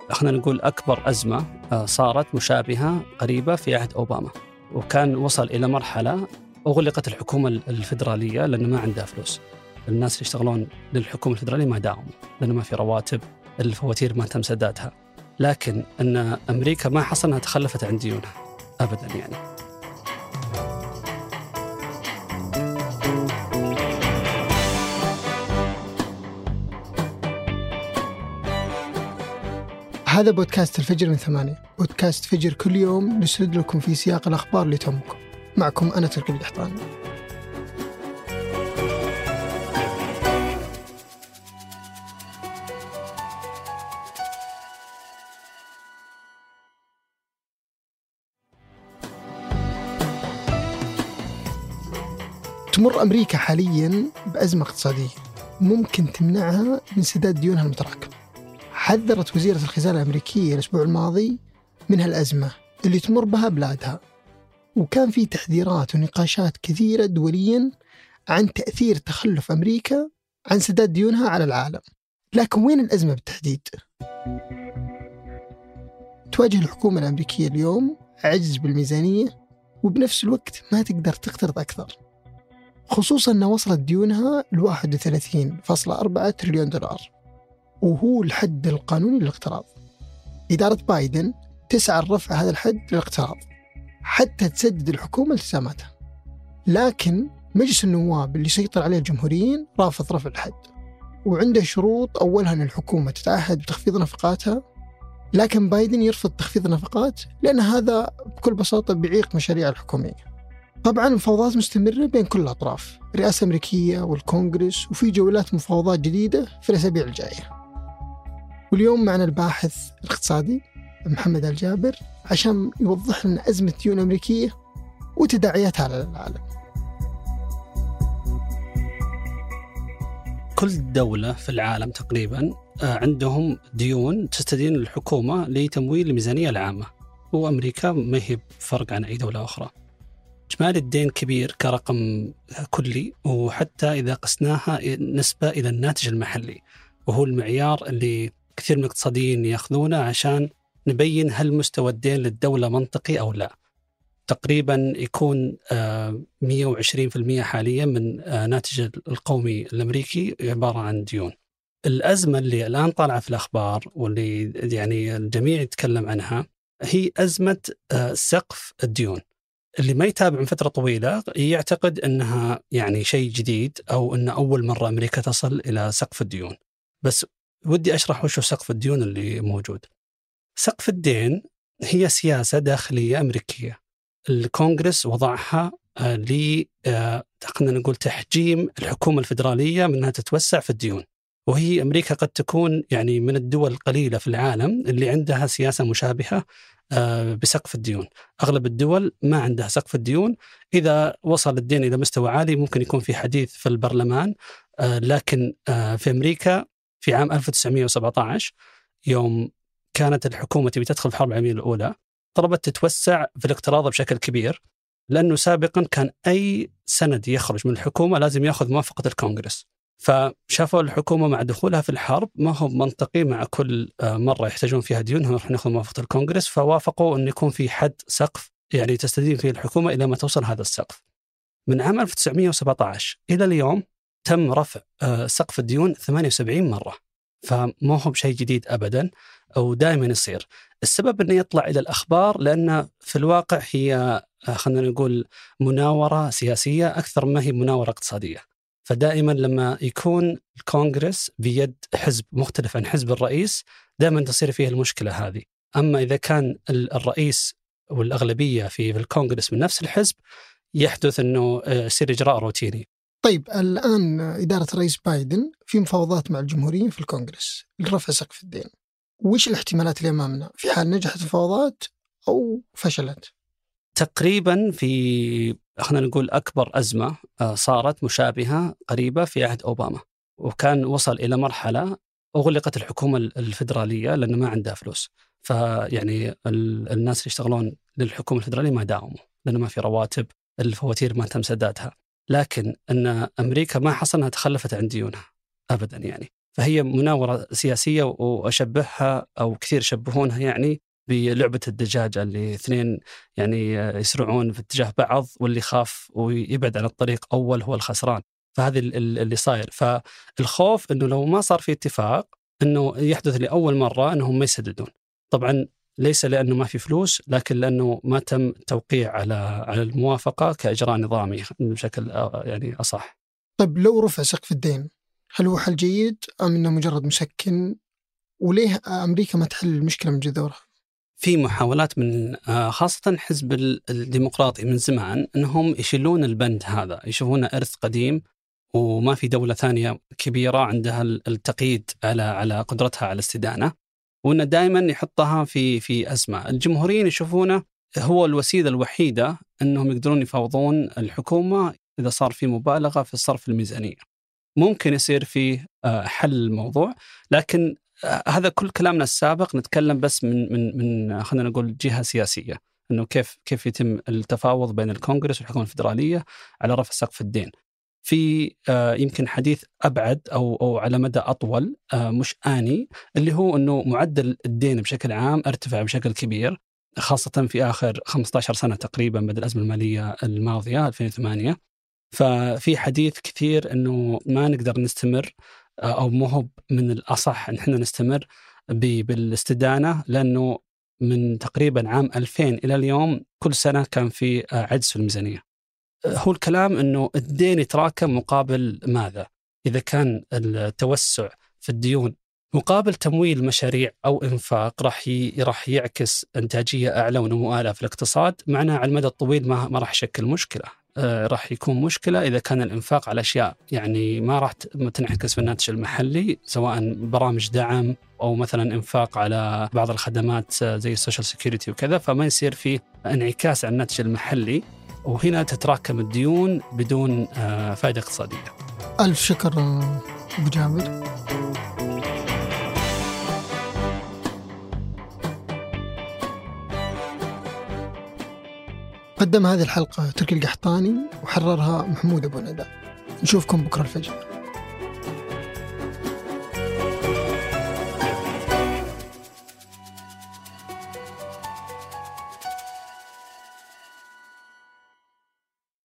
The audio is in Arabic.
خلينا نقول أكبر أزمة صارت مشابهة قريبة في عهد أوباما، وكان وصل إلى مرحلة أغلقت الحكومة الفيدرالية لأنه ما عندها فلوس. الناس اللي يشتغلون للحكومة الفيدرالية ما داوموا لأنه ما في رواتب، الفواتير ما تم سدادها. لكن أن أمريكا ما حصل أنها تخلفت عن ديونها أبدا يعني. هذا بودكاست الفجر من 8. بودكاست فجر كل يوم نسرد لكم في سياق الأخبار اللي تهمكم. معكم أنا تركي القحطاني. تمر أمريكا حالياً بأزمة اقتصادية ممكن تمنعها من سداد ديونها المتراكمة. حذرت وزيرة الخزانة الأمريكية الأسبوع الماضي من هالأزمة اللي تمر بها بلادها، وكان في تحذيرات ونقاشات كثيرة دولياً عن تأثير تخلف أمريكا عن سداد ديونها على العالم. لكن وين الأزمة بالتحديد؟ تواجه الحكومة الأمريكية اليوم عجز بالميزانية، وبنفس الوقت ما تقدر تقترض أكثر، خصوصاً أن وصلت ديونها ل 31.4 تريليون دولار، وهو الحد القانوني للاقتراض. إدارة بايدن تسعى لرفع هذا الحد للاقتراض حتى تسدد الحكومة التزاماتها، لكن مجلس النواب اللي سيطر عليه الجمهوريين رافض رفع الحد، وعنده شروط أولها أن الحكومة تتعهد بتخفيض نفقاتها. لكن بايدن يرفض تخفيض النفقات لأن هذا بكل بساطة بيعيق مشاريع الحكومية. طبعاً المفاوضات مستمرة بين كل الأطراف، الرئاسة الأمريكية والكونغرس، وفي جولات مفاوضات جديدة في الأسابيع الجاية. واليوم معنا الباحث الاقتصادي محمد الجابر عشان يوضح لنا أزمة الديون الأمريكية وتداعياتها على العالم. كل دولة في العالم تقريباً عندهم ديون تستدين الحكومة لتمويل الميزانية العامة، وأمريكا ما هي فرق عن أي دولة أخرى. إجمالي الدين كبير كرقم كلي، وحتى إذا قسناها نسبة إلى الناتج المحلي، وهو المعيار اللي كثير من الاقتصاديين يأخذونه عشان نبين هل مستوى الدين للدولة منطقي أو لا. تقريبا يكون 120% حاليا من ناتج القومي الأمريكي عبارة عن ديون. الأزمة اللي الآن طالعة في الأخبار واللي يعني الجميع يتكلم عنها هي أزمة سقف الديون. اللي ما يتابع من فترة طويلة يعتقد أنها يعني شيء جديد، أو أن أول مرة أمريكا تصل إلى سقف الديون. بس ودي أشرح وش سقف الديون اللي موجود. سقف الدين هي سياسة داخلية أمريكية الكونغرس وضعها خلينا نقول تحجيم الحكومة الفيدرالية من أنها تتوسع في الديون. وهي أمريكا قد تكون يعني من الدول القليلة في العالم اللي عندها سياسة مشابهة بسقف الديون. أغلب الدول ما عندها سقف الديون. إذا وصل الدين إلى مستوى عالي ممكن يكون في حديث في البرلمان، لكن في أمريكا في عام 1917 يوم كانت الحكومة تبي تدخل في الحرب العالمية الأولى طلبت تتوسع في الاقتراض بشكل كبير، لأنه سابقا كان أي سند يخرج من الحكومة لازم يأخذ موافقة الكونغرس. فشافوا الحكومة مع دخولها في الحرب ما هو منطقي مع كل مرة يحتاجون فيها ديون نروح نأخذ موافقة الكونغرس، فوافقوا أن يكون في حد سقف يعني تستدين فيه الحكومة إلى ما توصل هذا السقف. من عام 1917 إلى اليوم تم رفع سقف الديون 78 مرة، فما هو بشيء جديد أبدا أو دائما يصير. السبب أنه يطلع إلى الأخبار لأن في الواقع هي خلينا نقول مناورة سياسية أكثر ما هي مناورة اقتصادية. فدائما لما يكون الكونغرس بيد حزب مختلف عن حزب الرئيس دائما تصير فيه المشكلة هذه. أما إذا كان الرئيس والأغلبية في الكونغرس من نفس الحزب يحدث أنه يصير إجراء روتيني. طيب الآن إدارة الرئيس بايدن في مفاوضات مع الجمهوريين في الكونغرس لرفع سقف الدين. وش الاحتمالات اللي أمامنا في حال نجحت المفاوضات أو فشلت؟ تقريبا في خلينا نقول أكبر أزمة صارت مشابهة قريبة في عهد أوباما، وكان وصل إلى مرحلة أغلقت الحكومة الفيدرالية لأنه ما عندها فلوس. فيعني الناس اللي يشتغلون للحكومة الفيدرالية ما داوموا لأنه ما في رواتب، الفواتير ما تم سدادها. لكن أن أمريكا ما حصل أنها تخلفت عن ديونها أبدا يعني. فهي مناورة سياسية، وأشبهها أو كثير يشبهونها يعني بلعبة الدجاجة، اللي اثنين يعني يسرعون في اتجاه بعض، واللي خاف ويبعد عن الطريق أول هو الخسران. فهذا اللي صاير. فالخوف أنه لو ما صار في اتفاق أنه يحدث لأول مرة أنهم ما يسددون. طبعا ليس لأنه ما في فلوس، لكن لأنه ما تم توقيع على الموافقة كإجراء نظامي بشكل يعني أصح. طيب لو رفع سقف الدين، هل هو حل جيد أم إنه مجرد مسكن؟ وليه أمريكا ما تحل المشكلة من جذورها؟ في محاولات من خاصة حزب الديمقراطي من زمان أنهم يشيلون البند هذا، يشوفونه إرث قديم، وما في دولة ثانية كبيرة عندها التقييد على قدرتها على الاستدانة، وأنه دائما يحطها في أزمة. الجمهوريين يشوفونه هو الوسيلة الوحيدة أنهم يقدرون يفاوضون الحكومة إذا صار في مبالغة في الصرف الميزانية. ممكن يصير فيه حل الموضوع، لكن هذا كل كلامنا السابق نتكلم بس من خلينا نقول جهة سياسية، إنه كيف يتم التفاوض بين الكونغرس والحكومة الفيدرالية على رفع سقف الدين. في يمكن حديث أبعد أو على مدى أطول مش آني، اللي هو إنه معدل الدين بشكل عام ارتفع بشكل كبير، خاصة في آخر 15 سنة تقريبا بعد الأزمة المالية الماضية 2008. ففي حديث كثير إنه ما نقدر نستمر، أو مو من الأصح إن إحنا نستمر بالاستدانة، لأنه من تقريبا عام 2000 إلى اليوم كل سنة كان في عجز في الميزانية. هو الكلام إنه الدين يتراكم مقابل ماذا؟ إذا كان التوسع في الديون مقابل تمويل مشاريع أو إنفاق راح يعكس إنتاجية أعلى ونمو أعلى في الاقتصاد، معناه على المدى الطويل ما راح يشكل مشكلة. راح يكون مشكلة إذا كان الإنفاق على أشياء يعني ما راح تنعكس في الناتج المحلي، سواء برامج دعم أو مثلا إنفاق على بعض الخدمات زي السوشيال سيكيورتي وكذا، فما يصير فيه انعكاس على الناتج المحلي، وهنا تتراكم الديون بدون فائدة اقتصادية. ألف شكر أبو جابر. قدم هذه الحلقة تركي القحطاني، وحررها محمود أبو ندى. نشوفكم بكرة الفجر.